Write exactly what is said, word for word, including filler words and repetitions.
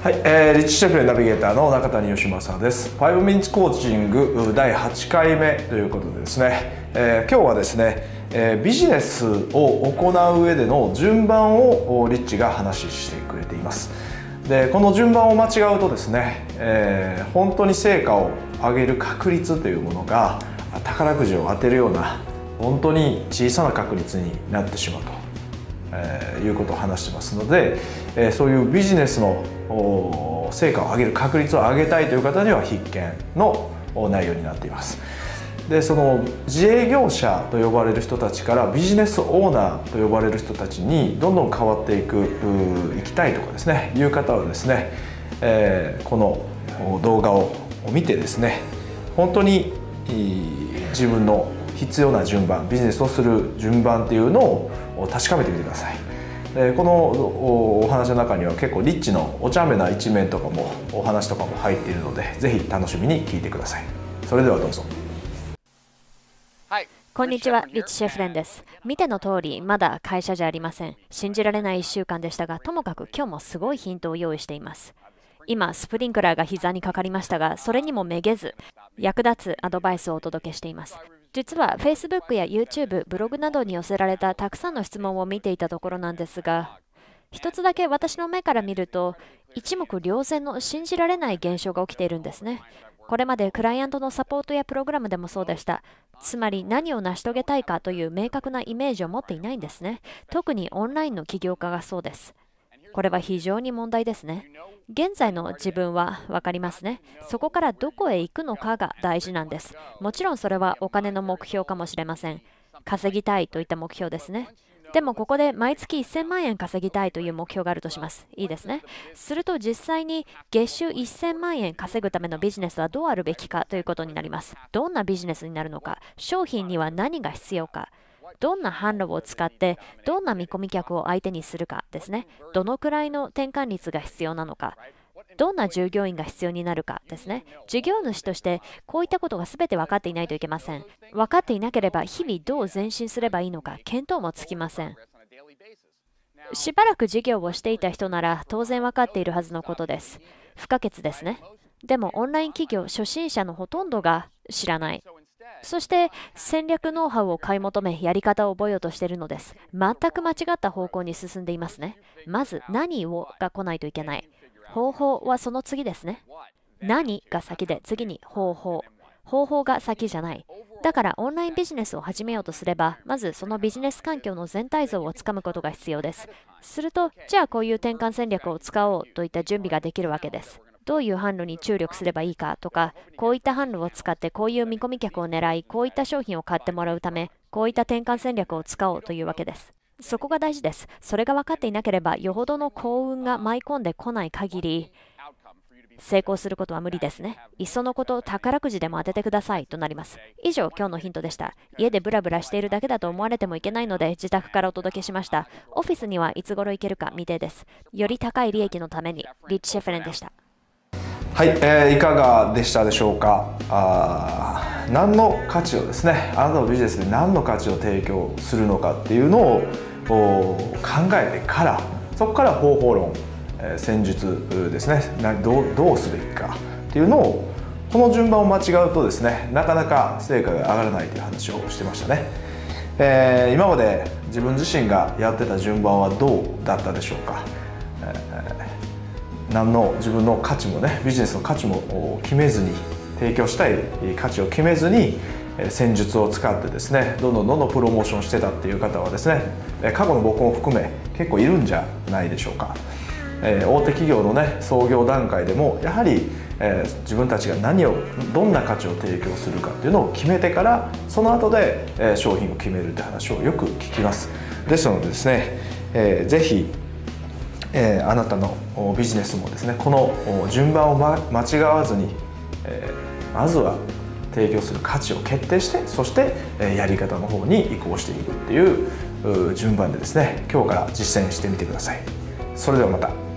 はい、えー、リッチシェフレナビゲーターの中谷義正です。ファイブミニッツコーチングだいはちかいめということでですね、えー、今日はですね、えー、ビジネスを行う上での順番をリッチが話してくれています。で、この順番を間違うとですね、えー、本当に成果を上げる確率というものが宝くじを当てるような本当に小さな確率になってしまうと、えー、いうことを話してますので、えー、そういうビジネスの成果を上げる確率を上げたいという方には必見の内容になっています。で、その自営業者と呼ばれる人たちからビジネスオーナーと呼ばれる人たちにどんどん変わっていくいきたいとかですねいう方はですね、えー、この動画を見てですね、本当に自分の必要な順番、ビジネスをする順番っていうのを確かめてみてください。で、このお話の中には結構リッチのお茶目な一面とかもお話とかも入っているので、ぜひ楽しみに聞いてください。それではどうぞ。 はい、こんにちは、リッチシェフレンです。見ての通り、まだ会社じゃありません。信じられないいっしゅうかんでしたが、ともかく今日もすごいヒントを用意しています。今、スプリンクラーが膝にかかりましたが、それにもめげず、役立つアドバイスをお届けしています。実は Facebook や YouTube、ブログなどに寄せられたたくさんの質問を見ていたところなんですが、一つだけ私の目から見ると、一目瞭然の信じられない現象が起きているんですね。これまでクライアントのサポートやプログラムでもそうでした。つまり何を成し遂げたいかという明確なイメージを持っていないんですね。特にオンラインの起業家がそうです。これは非常に問題ですね。現在の自分は分かりますね。そこからどこへ行くのかが大事なんです。もちろんそれはお金の目標かもしれません。稼ぎたいといった目標ですね。でもここで毎月せんまんえん稼ぎたいという目標があるとします。いいですね。すると実際に月収せんまんえん稼ぐためのビジネスはどうあるべきかということになります。どんなビジネスになるのか、商品には何が必要か、どんな販路を使ってどんな見込み客を相手にするかですね。どのくらいの転換率が必要なのか、どんな従業員が必要になるかですね。事業主としてこういったことが全て分かっていないといけません。分かっていなければ日々どう前進すればいいのか見当もつきません。しばらく事業をしていた人なら当然分かっているはずのことです。不可欠ですね。でもオンライン企業初心者のほとんどが知らない。そして戦略ノウハウを買い求め、やり方を覚えようとしているのです。全く間違った方向に進んでいますね。まず何をが来ないといけない。方法はその次ですね。何が先で次に方法。方法が先じゃない。だからオンラインビジネスを始めようとすれば、まずそのビジネス環境の全体像をつかむことが必要です。すると、じゃあこういう転換戦略を使おうといった準備ができるわけです。どういう販路に注力すればいいかとか、こういった販路を使ってこういう見込み客を狙い、こういった商品を買ってもらうため、こういった転換戦略を使おうというわけです。そこが大事です。それが分かっていなければ、よほどの幸運が舞い込んでこない限り、成功することは無理ですね。いっそのこと宝くじでも当ててくださいとなります。以上、今日のヒントでした。家でブラブラしているだけだと思われてもいけないので、自宅からお届けしました。オフィスにはいつ頃行けるか未定です。より高い利益のために、リッチシェフレンでした。 はい、えー、いかがでしたでしょうか。あ、何の価値をですね、あなたのビジネスで何の価値を提供するのかっていうのを考えてから、そこから方法論、えー、戦術ですね、どう、どうすべきかっていうのを、この順番を間違うとですね、なかなか成果が上がらないという話をしてましたね。えー、今まで自分自身がやってた順番はどうだったでしょうか。えー何の自分の価値もね、ビジネスの価値も決めずに、提供したい価値を決めずに戦術を使ってですね、どんどんどんどんプロモーションしてたっていう方はですね、過去の僕も含め結構いるんじゃないでしょうか。大手企業のね、創業段階でもやはり自分たちが何を、どんな価値を提供するかっていうのを決めてから、その後で商品を決めるって話をよく聞きます。ですのでですね、ぜひえー、あなたのビジネスもですね、この順番を、ま、間違わずに、えー、まずは提供する価値を決定して、そして、えー、やり方の方に移行していくっていう順番でですね、今日から実践してみてください。それではまた。